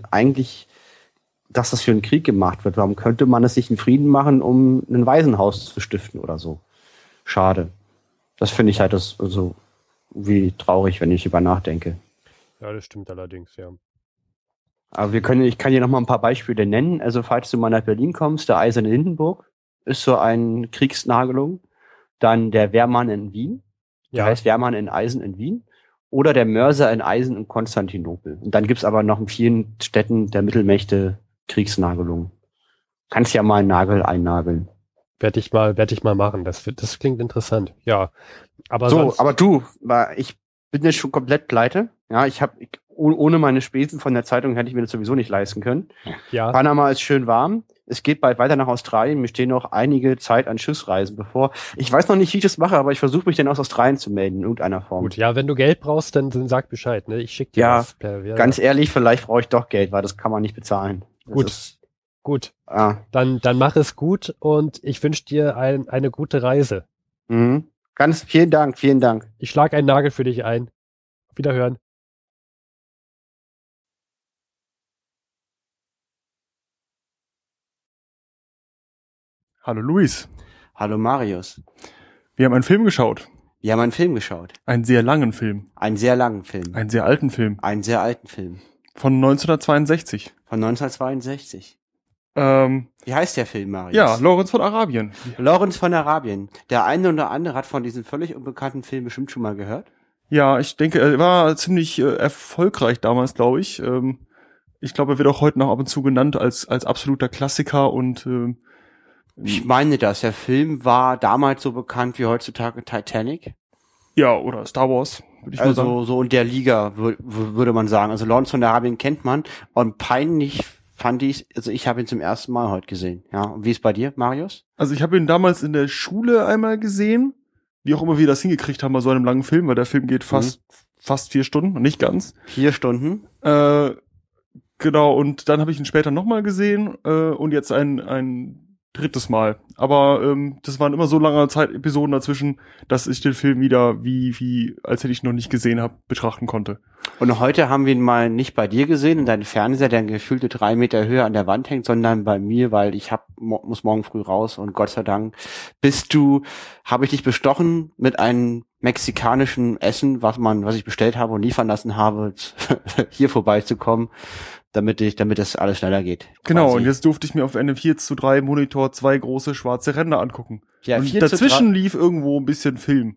das für einen Krieg gemacht wird. Warum könnte man es nicht in Frieden machen, um ein Waisenhaus zu stiften oder so? Schade. Das finde ich halt so wie traurig, wenn ich über nachdenke. Ja, das stimmt allerdings, ja. Aber ich kann dir noch mal ein paar Beispiele nennen. Also falls du mal nach Berlin kommst, der Eiserne Hindenburg ist so eine Kriegsnagelung. Dann der Wehrmann in Wien. Der heißt Wehrmann in Eisen in Wien. Oder der Mörser in Eisen in Konstantinopel. Und dann gibt's aber noch in vielen Städten der Mittelmächte Kriegsnagelung. Kannst ja mal einen Nagel einnageln. Werd ich mal machen. Das klingt interessant. Ja. Aber ich bin jetzt schon komplett pleite. Ja, ohne meine Spesen von der Zeitung hätte ich mir das sowieso nicht leisten können. Ja. Panama ist schön warm. Es geht bald weiter nach Australien. Mir stehen noch einige Zeit an Schiffsreisen bevor. Ich weiß noch nicht, wie ich das mache, aber ich versuche mich dann aus Australien zu melden, in irgendeiner Form. Gut, ja, wenn du Geld brauchst, dann sag Bescheid, ne? Ich schicke dir was. Ganz ehrlich, vielleicht brauche ich doch Geld, weil das kann man nicht bezahlen. Gut. Dann mach es gut und ich wünsche dir eine gute Reise. Mhm. Ganz vielen Dank. Ich schlage einen Nagel für dich ein. Auf Wiederhören. Hallo Luis. Hallo Marius. Wir haben einen Film geschaut. Wir haben einen Film geschaut. Einen sehr langen Film. Einen sehr langen Film. Einen sehr alten Film. Einen sehr alten Film. Von 1962. Von 1962. Wie Wie heißt der Film, Marius? Ja, Lawrence von Arabien. Lawrence von Arabien. Der eine oder andere hat von diesem völlig unbekannten Film bestimmt schon mal gehört. Ja, ich denke, er war ziemlich erfolgreich damals, glaube ich. Ich glaube, er wird auch heute noch ab und zu genannt als absoluter Klassiker und Ich meine das. Der Film war damals so bekannt wie heutzutage Titanic. ja, oder Star Wars, würde ich mal sagen. Also so in der Liga würde man sagen. Also Lawrence von Arabien kennt man. Und peinlich fand ich, also ich habe ihn zum ersten Mal heute gesehen. Ja, und wie ist bei dir, Marius? Also ich habe ihn damals in der Schule einmal gesehen, wie auch immer wir das hingekriegt haben bei so einem langen Film, weil der Film geht fast 4 Stunden, nicht ganz. 4 Stunden. Genau, und dann habe ich ihn später nochmal gesehen und jetzt ein drittes Mal. Aber das waren immer so lange Zeitepisoden dazwischen, dass ich den Film wieder wie als hätte ich ihn noch nicht gesehen habe, betrachten konnte. Und heute haben wir ihn mal nicht bei dir gesehen, in deinem Fernseher, der gefühlte 3 Meter Höhe an der Wand hängt, sondern bei mir, weil ich muss morgen früh raus und Gott sei Dank habe ich dich bestochen mit einem mexikanischen Essen, was ich bestellt habe und liefern lassen habe, hier vorbeizukommen, damit das alles schneller geht. Genau, quasi. und jetzt durfte ich mir auf einem 4:3 Monitor 2 große schwarze Ränder angucken. Ja, und 4:3 dazwischen lief irgendwo ein bisschen Film.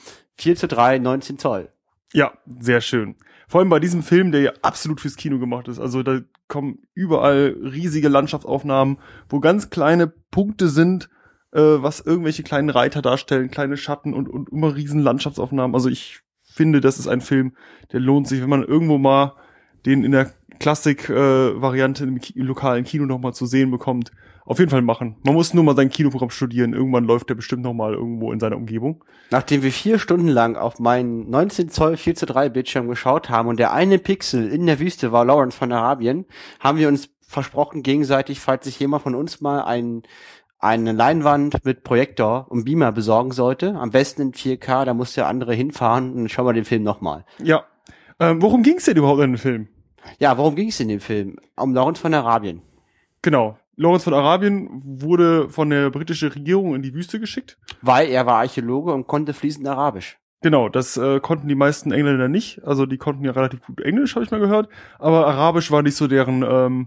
4:3, 19 Zoll. Ja, sehr schön. Vor allem bei diesem Film, der ja absolut fürs Kino gemacht ist. Also da kommen überall riesige Landschaftsaufnahmen, wo ganz kleine Punkte sind, was irgendwelche kleinen Reiter darstellen, kleine Schatten und immer riesen Landschaftsaufnahmen. Also ich finde, das ist ein Film, der lohnt sich, wenn man irgendwo mal den in der Klassik-Variante im lokalen Kino nochmal zu sehen bekommt. Auf jeden Fall machen. Man muss nur mal sein Kinoprogramm studieren. Irgendwann läuft der bestimmt nochmal irgendwo in seiner Umgebung. Nachdem wir 4 Stunden lang auf meinen 19 Zoll 4:3 Bildschirm geschaut haben und der eine Pixel in der Wüste war Lawrence von Arabien, haben wir uns versprochen gegenseitig, falls sich jemand von uns mal eine Leinwand mit Projektor und Beamer besorgen sollte, am besten in 4K, da muss der andere hinfahren und dann schauen wir den Film nochmal. Ja. Worum ging es denn überhaupt in dem Film? Ja, worum ging es in dem Film? Um Lawrence von Arabien. Genau. Lawrence von Arabien wurde von der britischen Regierung in die Wüste geschickt. Weil er war Archäologe und konnte fließend Arabisch. Genau, das konnten die meisten Engländer nicht. Also die konnten ja relativ gut Englisch, habe ich mal gehört. Aber Arabisch war nicht so deren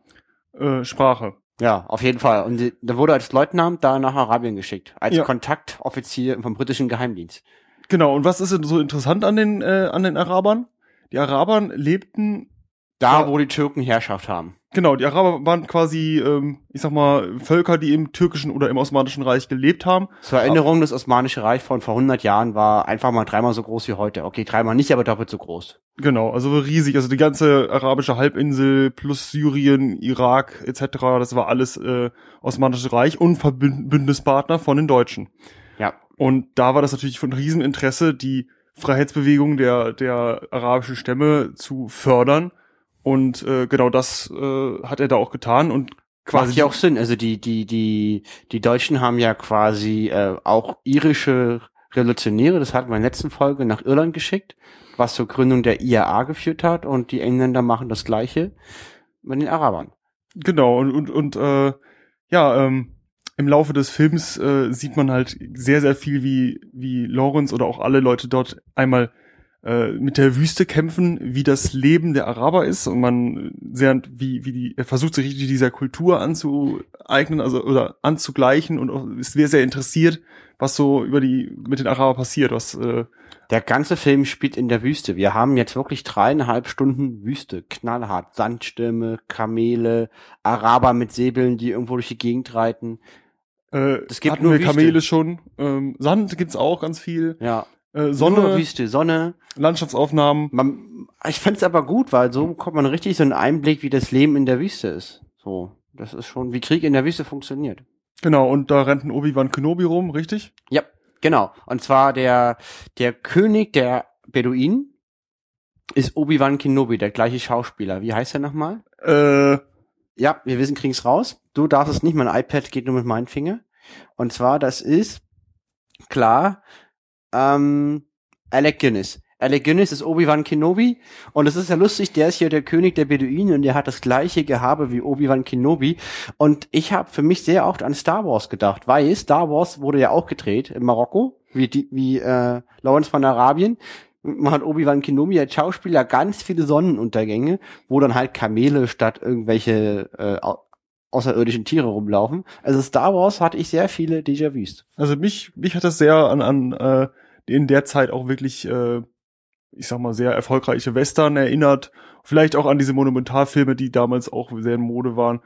Sprache. Ja, auf jeden Fall. Und der wurde als Leutnant da nach Arabien geschickt. Als Kontaktoffizier vom britischen Geheimdienst. Genau, und was ist denn so interessant an den Arabern? Die Arabern lebten da, wo die Türken Herrschaft haben. Genau, die Araber waren quasi, ich sag mal, Völker, die im türkischen oder im Osmanischen Reich gelebt haben. Zur Erinnerung, das Osmanische Reich von vor 100 Jahren war einfach mal 3-mal so groß wie heute. Okay, 3-mal nicht, aber doppelt so groß. Genau, also riesig. Also die ganze arabische Halbinsel plus Syrien, Irak etc., das war alles Osmanische Reich und Bündnispartner von den Deutschen. Ja. Und da war das natürlich von Rieseninteresse, die Freiheitsbewegung der arabischen Stämme zu fördern. Und genau das hat er da auch getan und quasi. Macht ja auch Sinn. Also die Deutschen haben ja quasi auch irische Revolutionäre, das hatten wir in der letzten Folge, nach Irland geschickt, was zur Gründung der IRA geführt hat, und die Engländer machen das Gleiche mit den Arabern. Genau, und im Laufe des Films sieht man halt sehr, sehr viel, wie Lawrence oder auch alle Leute dort einmal mit der Wüste kämpfen, wie das Leben der Araber ist, und man er versucht sich richtig dieser Kultur anzueignen, also oder anzugleichen, und ist sehr, sehr interessiert, was so mit den Arabern passiert, der ganze Film spielt in der Wüste. Wir haben jetzt wirklich 3,5 Stunden Wüste, knallhart, Sandstürme, Kamele, Araber mit Säbeln, die irgendwo durch die Gegend reiten. Es gibt nur Kamele schon, Sand gibt's auch ganz viel. Ja. Sonne, nur Wüste, Sonne, Landschaftsaufnahmen. Ich fand's aber gut, weil so bekommt man richtig so einen Einblick, wie das Leben in der Wüste ist. So, das ist schon, wie Krieg in der Wüste funktioniert. Genau, und da rennt ein Obi-Wan Kenobi rum, richtig? Ja, genau. Und zwar der König der Beduinen ist Obi-Wan Kenobi, der gleiche Schauspieler. Wie heißt er nochmal? Ja, wir wissen, kriegen's raus. Du darfst es nicht, mein iPad geht nur mit meinem Finger. Und zwar, das ist, klar, Alec Guinness. Alec Guinness ist Obi-Wan Kenobi, und es ist ja lustig, der ist hier der König der Beduinen und der hat das gleiche Gehabe wie Obi-Wan Kenobi, und ich habe für mich sehr oft an Star Wars gedacht, weil Star Wars wurde ja auch gedreht in Marokko, wie Lawrence von Arabien. Man hat Obi-Wan Kenobi als Schauspieler ganz viele Sonnenuntergänge, wo dann halt Kamele statt irgendwelche außerirdischen Tiere rumlaufen. Also Star Wars hatte ich sehr viele Déjà-vus. Also mich hat das sehr an in der Zeit auch wirklich, ich sag mal, sehr erfolgreiche Western erinnert. Vielleicht auch an diese Monumentalfilme, die damals auch sehr in Mode waren.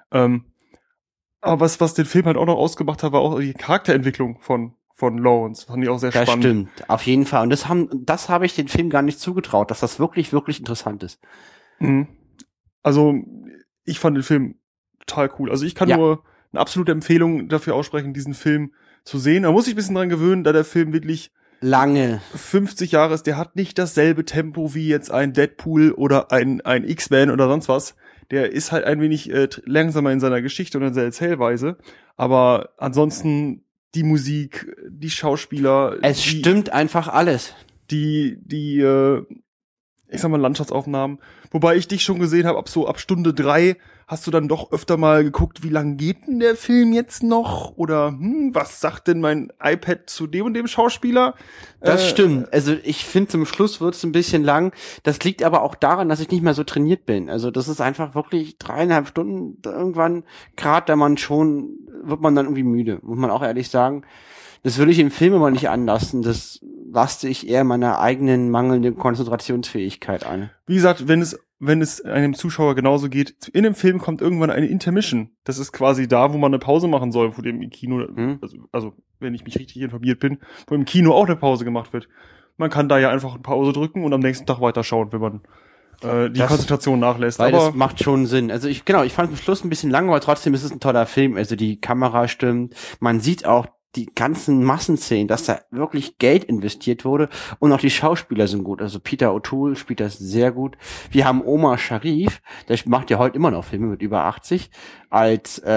Aber was den Film halt auch noch ausgemacht hat, war auch die Charakterentwicklung von Lawrence. Fand ich auch sehr spannend. Das stimmt, auf jeden Fall. Und das habe ich den Film gar nicht zugetraut, dass das wirklich, wirklich interessant ist. Mhm. Also, ich fand den Film total cool. Also ich kann nur eine absolute Empfehlung dafür aussprechen, diesen Film zu sehen. Da muss ich ein bisschen dran gewöhnen, da der Film wirklich lange 50 Jahre ist. Der hat nicht dasselbe Tempo wie jetzt ein Deadpool oder ein X-Men oder sonst was. Der ist halt ein wenig langsamer in seiner Geschichte und in seiner Erzählweise. Aber ansonsten die Musik, die Schauspieler. Es stimmt einfach alles. Die ich sag mal, Landschaftsaufnahmen. Wobei ich dich schon gesehen habe, ab Stunde 3 hast du dann doch öfter mal geguckt, wie lang geht denn der Film jetzt noch? Oder was sagt denn mein iPad zu dem und dem Schauspieler? Das stimmt. Also ich finde, zum Schluss wird es ein bisschen lang. Das liegt aber auch daran, dass ich nicht mehr so trainiert bin. Also das ist einfach wirklich 3,5 Stunden. Irgendwann, gerade da wird man dann irgendwie müde, muss man auch ehrlich sagen. Das will ich im Film immer nicht anlassen. Das laste ich eher meiner eigenen mangelnden Konzentrationsfähigkeit an. Wie gesagt, wenn es einem Zuschauer genauso geht, in dem Film kommt irgendwann eine Intermission. Das ist quasi da, wo man eine Pause machen soll, vor dem im Kino, also wenn ich mich richtig informiert bin, wo im Kino auch eine Pause gemacht wird. Man kann da ja einfach eine Pause drücken und am nächsten Tag weiterschauen, wenn man die Konzentration nachlässt. Weil aber das macht schon Sinn. Also ich fand am Schluss ein bisschen lang, aber trotzdem ist es ein toller Film. Also die Kamera stimmt. Man sieht auch die ganzen Massenszenen, dass da wirklich Geld investiert wurde und auch die Schauspieler sind gut. Also Peter O'Toole spielt das sehr gut. Wir haben Omar Sharif, der macht ja heute immer noch Filme mit über 80, als so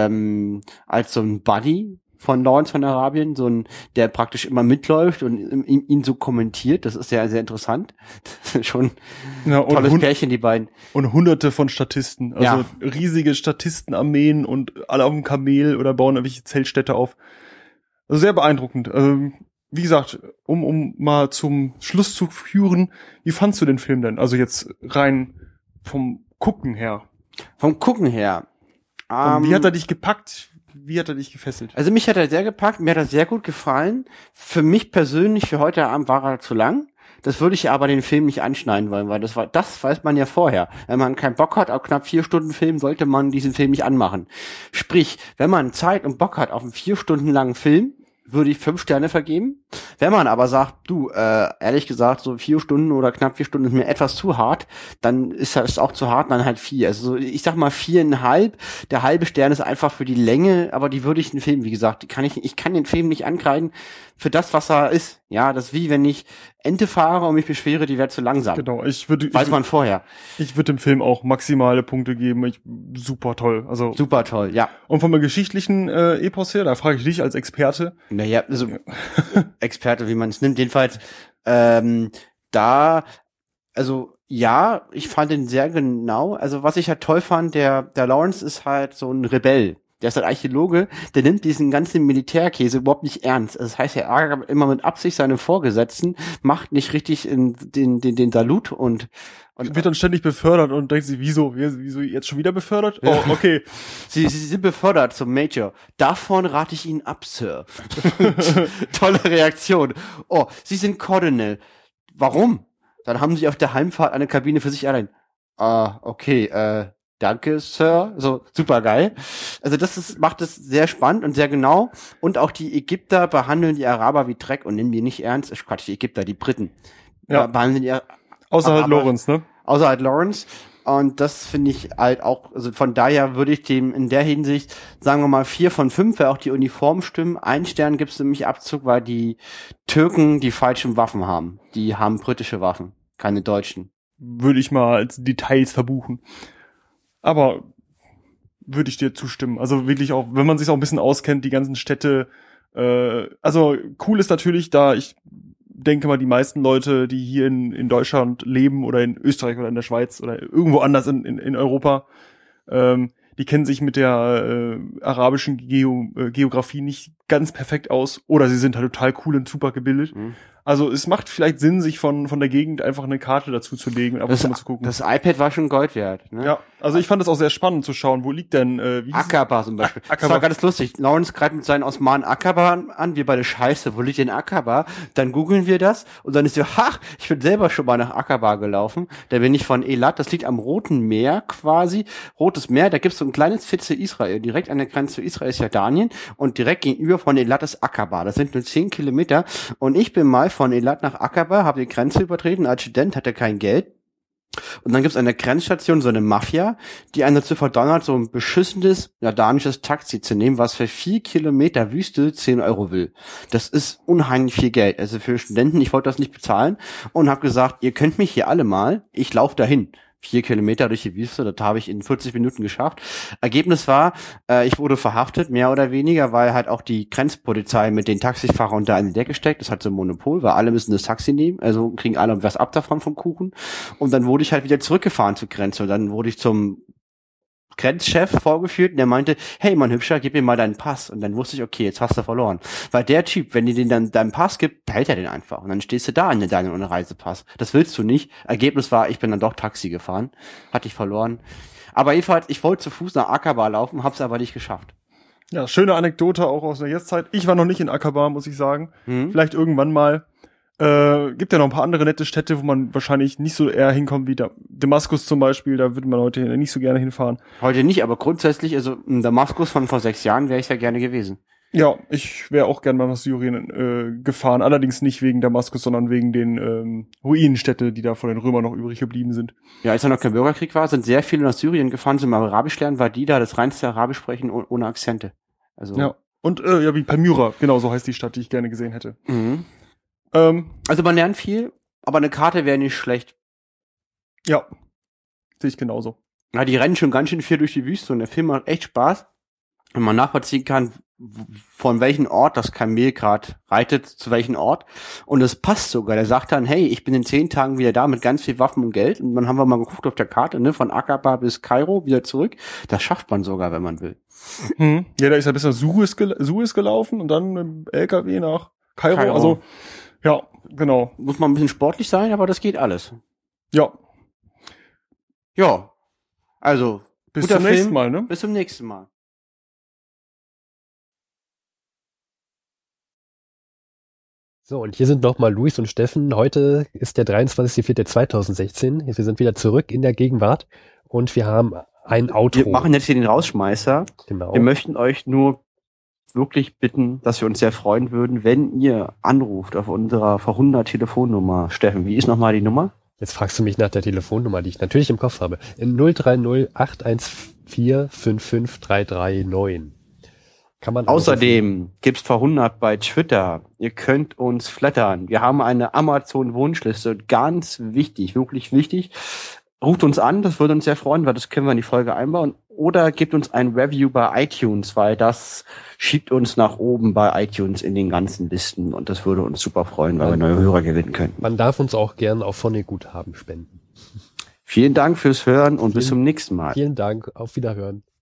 ein Buddy von Lawrence von Arabien, der praktisch immer mitläuft und ihn so kommentiert. Das ist ja sehr interessant. Schon tolles Pärchen, die beiden. Und hunderte von Statisten, also riesige Statistenarmeen und alle auf dem Kamel oder bauen irgendwelche Zeltstädte auf. Also sehr beeindruckend. Wie gesagt, um mal zum Schluss zu führen, wie fandst du den Film denn? Also jetzt rein vom Gucken her. Vom Gucken her. Wie hat er dich gepackt? Wie hat er dich gefesselt? Also mich hat er sehr gepackt, mir hat er sehr gut gefallen. Für mich persönlich, für heute Abend war er zu lang. Das würde ich aber den Film nicht anschneiden wollen, weil das weiß man ja vorher. Wenn man keinen Bock hat auf knapp 4 Stunden Film, sollte man diesen Film nicht anmachen. Sprich, wenn man Zeit und Bock hat auf einen 4 Stunden langen Film, würde ich 5 Sterne vergeben. Wenn man aber sagt, ehrlich gesagt, so 4 Stunden oder knapp 4 Stunden ist mir etwas zu hart, dann ist das auch zu hart, dann halt 4. Also ich sag mal 4,5. Der halbe Stern ist einfach für die Länge, aber die würde ich den Film, wie gesagt, ich kann den Film nicht ankreiden für das, was er ist. Ja, das ist wie wenn ich Ente fahre und mich beschwere, die wäre zu langsam. Genau, weiß man vorher. Ich würde dem Film auch maximale Punkte geben. Super toll. Also super toll, ja. Und vom geschichtlichen Epos her, da frage ich dich als Experte. Naja, also Experte, wie man es nimmt. Jedenfalls, ich fand ihn sehr genau. Also was ich halt toll fand, der Lawrence ist halt so ein Rebell. Der ist halt Archäologe, der nimmt diesen ganzen Militärkäse überhaupt nicht ernst. Also das heißt, er ärgert immer mit Absicht seine Vorgesetzten, macht nicht richtig den Salut und wird dann ständig befördert und denkt sich, wieso jetzt schon wieder befördert? Oh, okay. Sie sind befördert zum Major. Davon rate ich Ihnen ab, Sir. Tolle Reaktion. Oh, Sie sind Colonel. Warum? Dann haben Sie auf der Heimfahrt eine Kabine für sich allein. Okay, danke, Sir. So, super geil. Also macht es sehr spannend und sehr genau. Und auch die Ägypter behandeln die Araber wie Dreck und nehmen die nicht ernst. Quatsch, die Ägypter, die Briten. Ja. Behandeln die Außer halt Lawrence, ne? Außer halt Lawrence. Und das finde ich halt auch, also von daher würde ich dem in der Hinsicht, sagen wir mal 4 von 5, weil auch die Uniform stimmen. 1 Stern gibt's nämlich Abzug, weil die Türken die falschen Waffen haben. Die haben britische Waffen, keine deutschen. Würde ich mal als Details verbuchen. Aber würde ich dir zustimmen. Also wirklich auch, wenn man sich auch ein bisschen auskennt, die ganzen Städte. Also cool ist natürlich, da ich denke mal, die meisten Leute, die hier in Deutschland leben oder in Österreich oder in der Schweiz oder irgendwo anders in Europa, die kennen sich mit der arabischen Geografie nicht ganz perfekt aus oder sie sind halt total cool und super gebildet. Also es macht vielleicht Sinn, sich von der Gegend einfach eine Karte dazu zu legen und ab und zu mal zu gucken. Das iPad war schon Gold wert. Ne? Ja, also ich fand es auch sehr spannend zu schauen, wo liegt denn Aqaba zum Beispiel. Aqaba. Das war ganz lustig. Lawrence greift mit seinen Osmanen Aqaba an, wir beide Scheiße, wo liegt denn Aqaba? Dann googeln wir das und dann ist so, ich bin selber schon mal nach Aqaba gelaufen. Da bin ich von Elat, das liegt am Roten Meer quasi. Rotes Meer, da gibt's so ein kleines Viertel Israel. Direkt an der Grenze zu Israel ist Jordanien und direkt gegenüber von Elat ist Aqaba. Das sind nur 10 Kilometer und ich bin mal von Elat nach Aqaba, habe die Grenze übertreten. Als Student hatte kein Geld. Und dann gibt's an der Grenzstation so eine Mafia, die einen dazu verdonnert, so ein beschissenes jordanisches Taxi zu nehmen, was für 4 Kilometer Wüste 10 Euro will. Das ist unheimlich viel Geld. Also für Studenten, ich wollte das nicht bezahlen und habe gesagt, ihr könnt mich hier alle mal, ich laufe dahin. 4 Kilometer durch die Wüste, das habe ich in 40 Minuten geschafft. Ergebnis war, ich wurde verhaftet, mehr oder weniger, weil halt auch die Grenzpolizei mit den Taxifahrern unter eine Decke steckt. Das hat so ein Monopol, weil alle müssen das Taxi nehmen, also kriegen alle was ab davon vom Kuchen. Und dann wurde ich halt wieder zurückgefahren zur Grenze. Und dann wurde ich zum Grenzchef vorgeführt und der meinte, hey, mein Hübscher, gib mir mal deinen Pass. Und dann wusste ich, okay, jetzt hast du verloren. Weil der Typ, wenn dir den dann deinen Pass gibt, behält er den einfach. Und dann stehst du da in deinem ohne Reisepass. Das willst du nicht. Ergebnis war, ich bin dann doch Taxi gefahren. Hatte ich verloren. Aber jedenfalls, ich wollte zu Fuß nach Aqaba laufen, hab's aber nicht geschafft. Ja, schöne Anekdote auch aus der Jetztzeit. Ich war noch nicht in Aqaba, muss ich sagen. Vielleicht irgendwann mal. Gibt ja noch ein paar andere nette Städte, wo man wahrscheinlich nicht so eher hinkommt wie Damaskus zum Beispiel, da würde man heute nicht so gerne hinfahren. Heute nicht, aber grundsätzlich, also in Damaskus von vor 6 Jahren wäre ich ja gerne gewesen. Ja, ich wäre auch gerne mal nach Syrien gefahren, allerdings nicht wegen Damaskus, sondern wegen den Ruinenstädte, die da von den Römern noch übrig geblieben sind. Ja, als da noch kein Bürgerkrieg war, sind sehr viele nach Syrien gefahren, sind mal Arabisch lernen, weil die da das reinste Arabisch sprechen ohne Akzente. Also ja, und ja, wie Palmyra, genau so heißt die Stadt, die ich gerne gesehen hätte. Also man lernt viel, aber eine Karte wäre nicht schlecht. Ja, sehe ich genauso. Ja, die rennen schon ganz schön viel durch die Wüste und der Film macht echt Spaß, wenn man nachvollziehen kann, von welchem Ort das Kamel gerade reitet, zu welchem Ort. Und es passt sogar. Der sagt dann, hey, ich bin in 10 Tagen wieder da mit ganz viel Waffen und Geld. Und dann haben wir mal geguckt auf der Karte, ne, von Aqaba bis Kairo wieder zurück. Das schafft man sogar, wenn man will. Ja, da ist ja bis nach Suez gelaufen und dann mit dem LKW nach Kairo. Also ja, genau. Muss man ein bisschen sportlich sein, aber das geht alles. Ja. Ja. Also, bis zum nächsten Mal, ne? Bis zum nächsten Mal. So, und hier sind nochmal Luis und Steffen. Heute ist der 23.04.2016. Wir sind wieder zurück in der Gegenwart und wir haben ein Outro. Wir machen jetzt hier den Rausschmeißer. Genau. Wir möchten euch nur wirklich bitten, dass wir uns sehr freuen würden, wenn ihr anruft auf unserer Verhundert Telefonnummer. Steffen, wie ist nochmal die Nummer? Jetzt fragst du mich nach der Telefonnummer, die ich natürlich im Kopf habe. In 030 814 55339. Kann man Außerdem gibt's Verhundert bei Twitter. Ihr könnt uns flattern. Wir haben eine Amazon-Wunschliste. Ganz wichtig, wirklich wichtig. Ruft uns an, das würde uns sehr freuen, weil das können wir in die Folge einbauen. Oder gebt uns ein Review bei iTunes, weil das schiebt uns nach oben bei iTunes in den ganzen Listen. Und das würde uns super freuen, weil wir neue Hörer gewinnen könnten. Man darf uns auch gern auf Phonic-Guthaben spenden. Vielen Dank fürs Hören und bis zum nächsten Mal. Vielen Dank, auf Wiederhören.